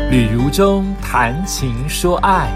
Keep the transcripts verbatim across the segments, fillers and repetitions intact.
旅如中谈情说爱，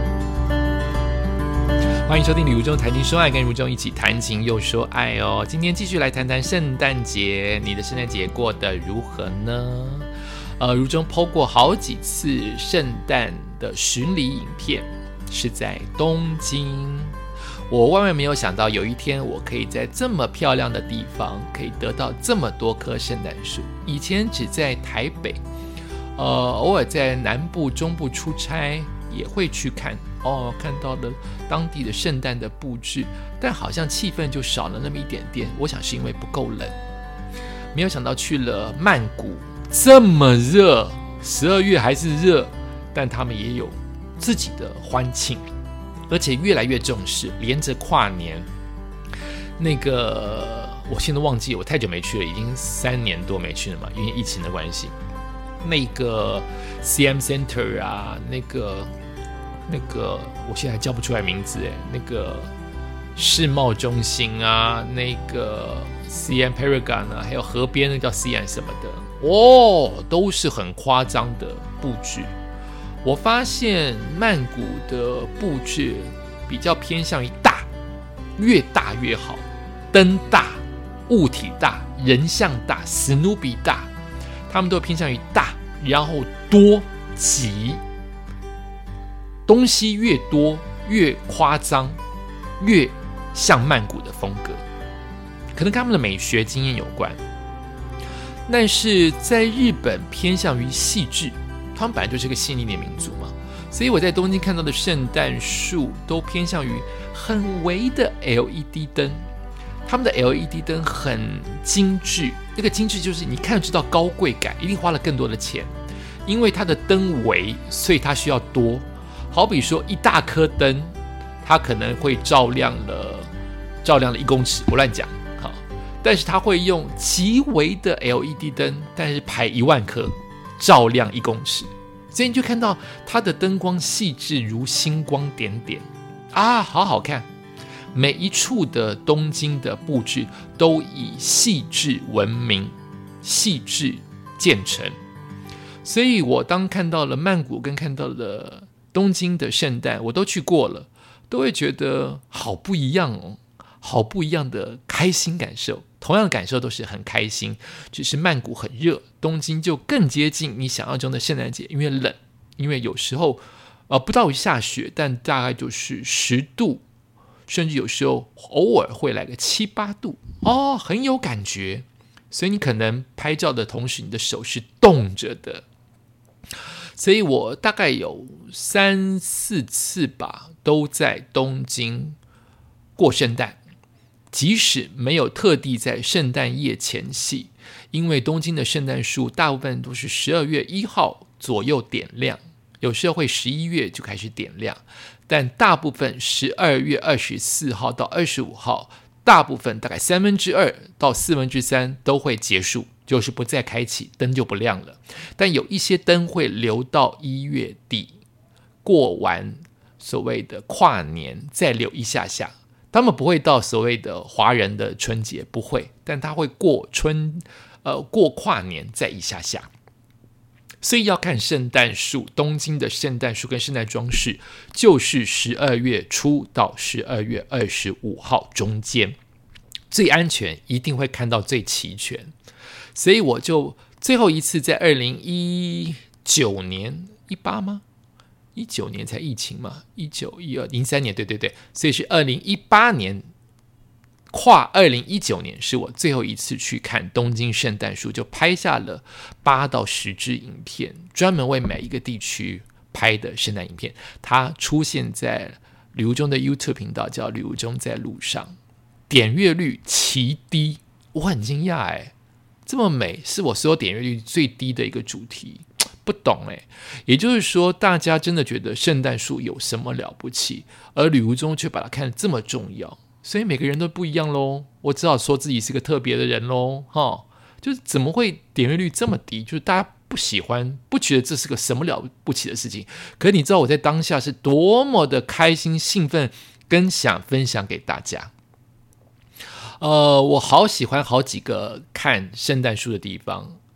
欢迎收听旅如中谈情说爱，跟如中一起谈情又说爱哦。今天继续来谈谈圣诞节，你的圣诞节过得如何呢？呃，如中 po 过好几次圣诞的巡礼影片，是在东京。我万万没有想到，有一天我可以在这么漂亮的地方，可以得到这么多棵圣诞树。以前只在台北，呃，偶尔在南部、中部出差，也会去看哦，看到了当地的圣诞的布置，但好像气氛就少了那么一点点。我想是因为不够冷。没有想到去了曼谷，这么热，十二月还是热，但他们也有自己的欢庆。而且越来越重视，连着跨年，那个我现在忘记，我太久没去了，已经三年多没去了嘛，因为疫情的关系。那个 C M Center 啊，那个那个，我现在还叫不出来名字哎，那个世贸中心啊，那个 C M Paragon 啊，还有河边那叫 C M 什么的，哦，都是很夸张的布置。我发现曼谷的布置比较偏向于大，越大越好，灯大，物体大，人像大，史努比大，他们都偏向于大，然后多挤，东西越多越夸张，越像曼谷的风格，可能跟他们的美学经验有关。但是在日本偏向于细致，他们本来就是个细腻的民族嘛，所以我在东京看到的圣诞树都偏向于很微的 L E D 灯，他们的 L E D 灯很精致，那个精致就是你看就知道高贵感，一定花了更多的钱，因为它的灯微，所以它需要多。好比说一大颗灯，它可能会照亮了照亮了一公尺，我乱讲，好，但是它会用极微的 L E D 灯，但是排一万颗。照亮一公尺，所以你就看到它的灯光细致如星光点点啊，好好看。每一处的东京的布置都以细致闻名，细致见成。所以我当看到了曼谷跟看到了东京的圣诞，我都去过了，都会觉得好不一样哦，好不一样的开心感受。同样的感受都是很开心，只是曼谷很热，东京就更接近你想象中的圣诞节，因为冷，因为有时候呃不到下雪，但大概就是十度，甚至有时候偶尔会来个七八度哦，很有感觉。所以你可能拍照的同时，你的手是冻着的。所以我大概有三四次吧，都在东京过圣诞。即使没有特地在圣诞夜前夕，因为东京的圣诞树大部分都是十二月一号左右点亮，有时候会十一月就开始点亮，但大部分十二月二十四号到二十五号，大部分大概三分之二到四分之三都会结束，就是不再开启，灯就不亮了。但有一些灯会留到一月底，过完所谓的跨年再留一下下。他们不会到所谓的华人的春节，不会，但他会过春，呃，过跨年再一下下。所以要看圣诞树，东京的圣诞树跟圣诞装饰，就是十二月初到十二月二十五号中间，最安全，一定会看到最齐全。所以我就最后一次在二零一九年一八吗？一九年才疫情嘛，一九一二零三年，对对对，所以是二零一八年跨二零一九年是我最后一次去看东京圣诞树，就拍下了八到十支影片，专门为每一个地区拍的圣诞影片。它出现在旅如中的 YouTube 频道，叫旅如中在路上，点阅率奇低，我很惊讶哎，这么美，是我所有点阅率最低的一个主题。不懂哎，也就是说，大家真的觉得圣诞树有什么了不起，而旅如中却把它看得这么重要，所以每个人都不一样咯。我只好说自己是个特别的人咯，哈，就是怎么会点阅率这么低？就是大家不喜欢，不觉得这是个什么了不起的事情。可是你知道我在当下是多么的开心、兴奋，跟想分享给大家。呃，我好喜欢好几个看圣诞树的地方。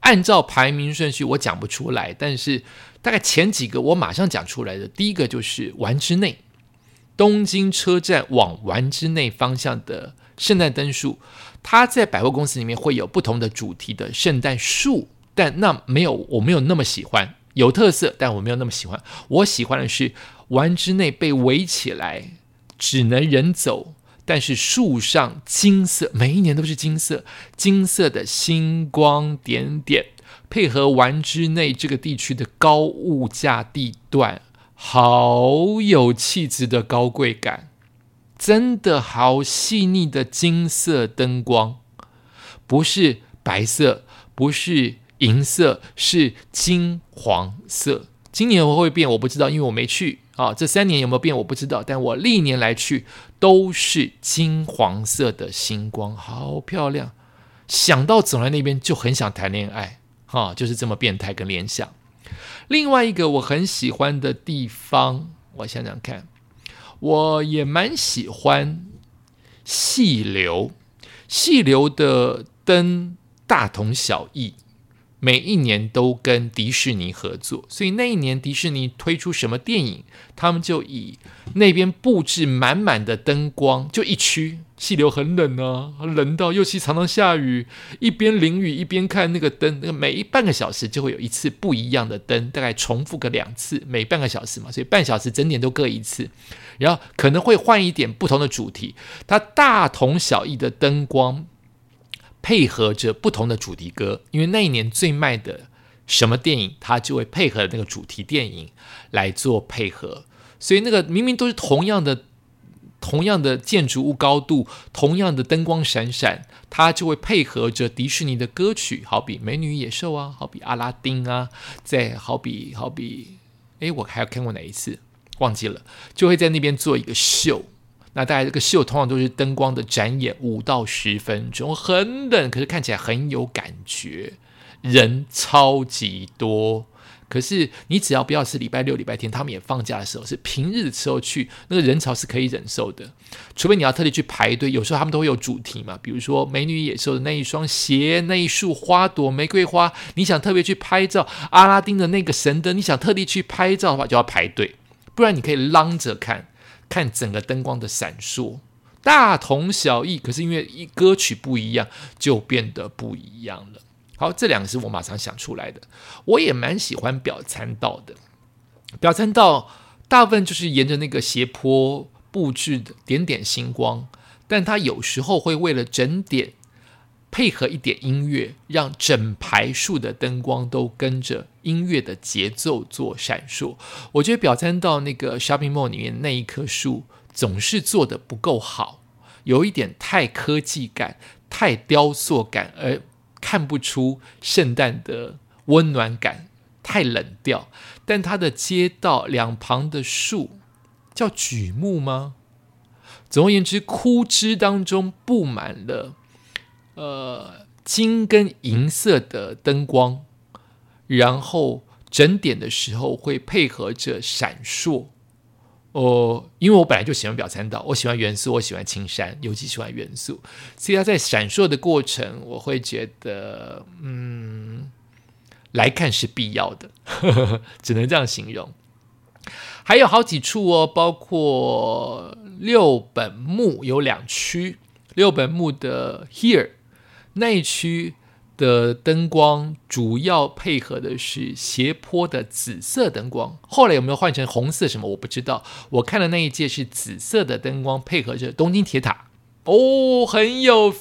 按照排名顺序我讲不出来，但是大概前几个我马上讲出来的，第一个就是丸之内，东京车站往丸之内方向的圣诞灯树，它在百货公司里面会有不同的主题的圣诞树，但那没有我没有那么喜欢，有特色，但我没有那么喜欢。我喜欢的是丸之内被围起来，只能人走，但是树上金色，每一年都是金色，金色的星光点点，配合丸之内这个地区的高物价地段，好有气质的高贵感，真的好细腻的金色灯光，不是白色，不是银色，是金黄色。今年会不会变我不知道，因为我没去啊。这三年有没有变我不知道，但我历年来去都是金黄色的星光，好漂亮。想到走在那边就很想谈恋爱啊，就是这么变态跟联想。另外一个我很喜欢的地方，我想想看，我也蛮喜欢细流，细流的灯大同小异，每一年都跟迪士尼合作，所以那一年迪士尼推出什么电影，他们就以那边布置满满的灯光，就一区。细流很冷啊，冷到尤其常常下雨，一边淋雨一边看那个灯，那个每一半个小时就会有一次不一样的灯，大概重复个两次，每半个小时嘛，所以半小时整点都各一次，然后可能会换一点不同的主题，它大同小异的灯光配合着不同的主题歌，因为那一年最卖的什么电影，它就会配合那个主题电影来做配合，所以那个明明都是同样的同样的建筑物高度，同样的灯光闪闪，它就会配合着迪士尼的歌曲，好比美女与野兽啊，好比阿拉丁啊，再好比好比诶我还有看过哪一次忘记了，就会在那边做一个秀。那大概这个秀通常都是灯光的展演，五到十分钟，很冷，可是看起来很有感觉，人超级多。可是你只要不要是礼拜六礼拜天他们也放假的时候，是平日的时候去，那个人潮是可以忍受的，除非你要特地去排队。有时候他们都会有主题嘛，比如说美女与野兽的那一双鞋，那一束花朵玫瑰花，你想特别去拍照，阿拉丁的那个神灯，你想特地去拍照的话就要排队，不然你可以浪着看看整个灯光的闪烁，大同小异，可是因为歌曲不一样就变得不一样了。好，这两个是我马上想出来的。我也蛮喜欢表参道的，表参道大部分就是沿着那个斜坡布置的点点星光，但它有时候会为了整点配合一点音乐，让整排树的灯光都跟着音乐的节奏做闪烁。我觉得表参道那个 shopping mall 里面那一棵树总是做得不够好，有一点太科技感，太雕塑感，而看不出圣诞的温暖感，太冷调。但它的街道两旁的树叫榉木吗？总而言之，枯枝当中布满了呃金跟银色的灯光，然后整点的时候会配合着闪烁。哦，因为我本来就喜欢表参道，我喜欢元素，我喜欢青山，尤其喜欢元素，所以它在闪烁的过程，我会觉得，嗯，来看是必要的，呵呵，只能这样形容。还有好几处哦，包括六本木有两区，六本木的 Here 那一区的灯光主要配合的是斜坡的紫色灯光，后来有没有换成红色什么我不知道，我看的那一届是紫色的灯光配合着东京铁塔，哦，很有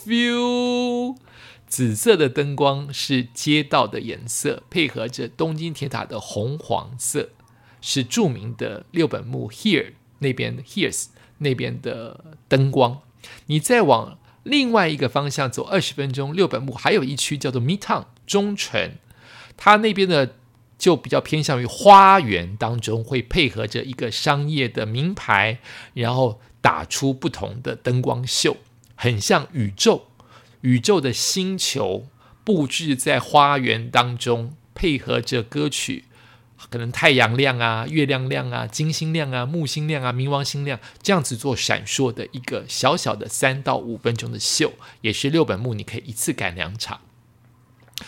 feel。 紫色的灯光是街道的颜色，配合着东京铁塔的红黄色，是著名的六本木 Here 那边 Here's 那边的灯光。你再往另外一个方向走二十分钟，六本木还有一区叫做 Midtown 中城，它那边的就比较偏向于花园当中，会配合着一个商业的名牌，然后打出不同的灯光秀，很像宇宙宇宙的星球布置在花园当中，配合着歌曲，可能太阳亮啊，月亮亮啊，金星亮啊，木星亮啊，冥王星亮，这样子做闪烁的一个小小的三到五分钟的秀，也是六本木你可以一次赶两场。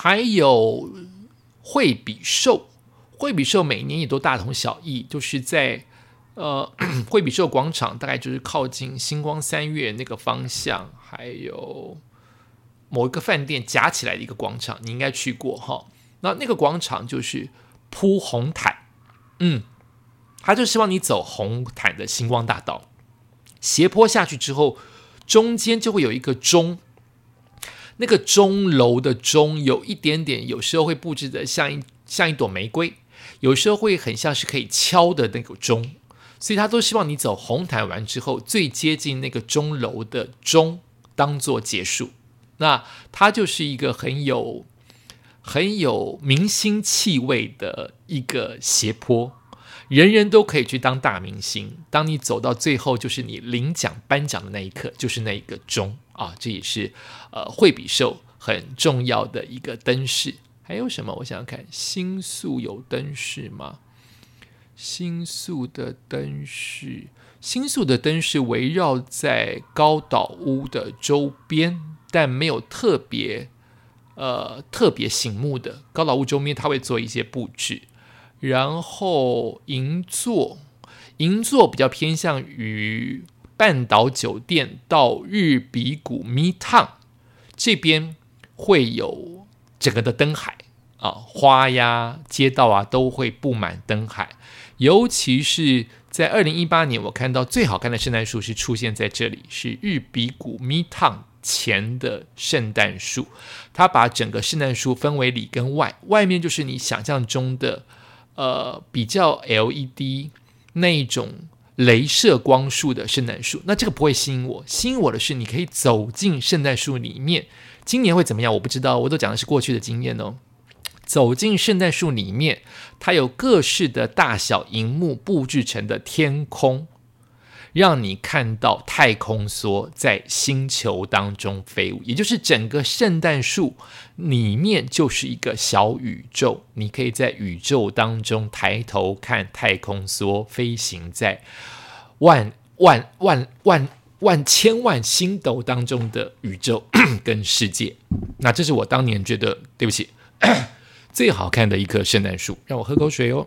还有惠比寿，惠比寿每年也都大同小异，就是在呃惠比寿广场，大概就是靠近星光三月那个方向，还有某一个饭店夹起来的一个广场，你应该去过哈。那那个广场就是铺红毯，嗯，他就希望你走红毯的星光大道，斜坡下去之后，中间就会有一个钟。那个钟楼的钟有一点点，有时候会布置的像一像一朵玫瑰，有时候会很像是可以敲的那个钟，所以他都希望你走红毯完之后，最接近那个钟楼的钟当做结束。那它就是一个很有很有明星气味的一个斜坡，人人都可以去当大明星。当你走到最后，就是你领奖颁奖的那一刻，就是那一个钟啊，这也是呃惠比寿很重要的一个灯饰。还有什么？我想想看，新宿有灯饰吗？新宿的灯饰，新宿的灯饰围绕在高岛屋的周边，但没有特别呃特别醒目的。高岛屋周边它会做一些布置。然后银座，银座比较偏向于半岛酒店到日比谷 Midtown 这边会有整个的灯海啊，花呀、街道啊都会布满灯海。尤其是在二零一八年，我看到最好看的圣诞树是出现在这里，是日比谷 Midtown 前的圣诞树。它把整个圣诞树分为里跟外，外面就是你想象中的呃，比较 L E D 那一种雷射光束的圣诞树，那这个不会吸引我，吸引我的是你可以走进圣诞树里面。今年会怎么样我不知道，我都讲的是过去的经验哦。走进圣诞树里面，它有各式的大小萤幕布置成的天空，让你看到太空梭在星球当中飞舞，也就是整个圣诞树里面就是一个小宇宙，你可以在宇宙当中抬头看太空梭飞行在万万万万万千万星斗当中的宇宙跟世界。那这是我当年觉得，对不起，最好看的一棵圣诞树。让我喝口水哦。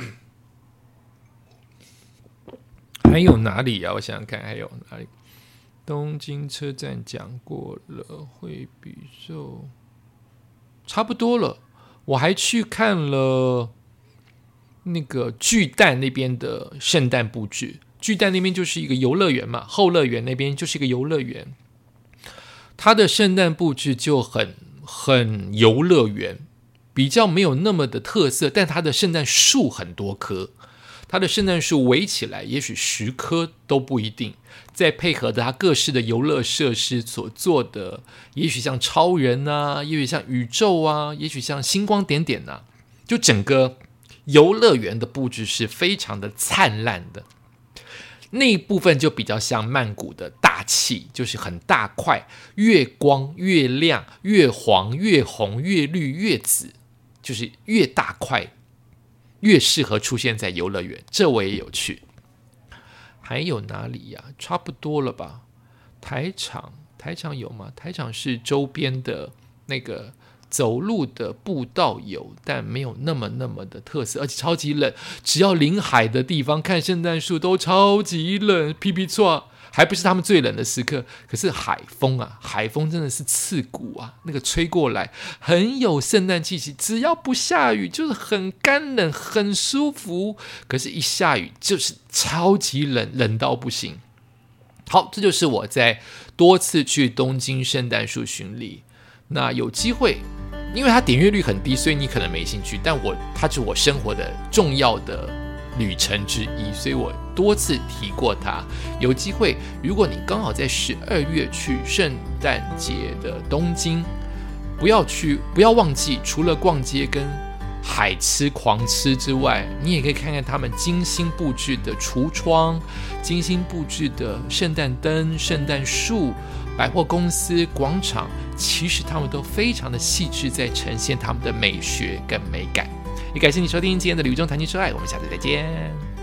还有哪里啊？我想想看，还有哪里？东京车站讲过了，惠比寿差不多了。我还去看了那个巨蛋那边的圣诞布置。巨蛋那边就是一个游乐园嘛，后乐园那边就是一个游乐园，它的圣诞布置就很很游乐园，比较没有那么的特色，但它的圣诞树很多棵。它的圣诞树围起来也许十棵都不一定，再配合的它各式的游乐设施所做的，也许像超人啊，也许像宇宙啊，也许像星光点点啊，就整个游乐园的布置是非常的灿烂的。那一部分就比较像曼谷的大气，就是很大块，越光越亮，越黄越红越绿越紫，就是越大块越适合出现在游乐园。这我也有去。还有哪里呀、啊？差不多了吧。台场，台场有吗？台场是周边的那个走路的步道有，但没有那么那么的特色，而且超级冷。只要临海的地方看圣诞树都超级冷，屁屁错，还不是他们最冷的时刻。可是海风啊，海风真的是刺骨啊，那个吹过来很有圣诞气息。只要不下雨，就是很干冷，很舒服。可是，一下雨就是超级冷，冷到不行。好，这就是我在多次去东京圣诞树巡礼。那有机会，因为它点阅率很低，所以你可能没兴趣。但我它是我生活的重要的旅程之一，所以我多次提过它。有机会，如果你刚好在十二月去圣诞节的东京，不要去，不要忘记，除了逛街跟海吃狂吃之外，你也可以看看他们精心布置的橱窗、精心布置的圣诞灯、圣诞树、百货公司、广场，其实他们都非常的细致，在呈现他们的美学跟美感。也感谢你收听今天的旅中谈情说爱，我们下次再见。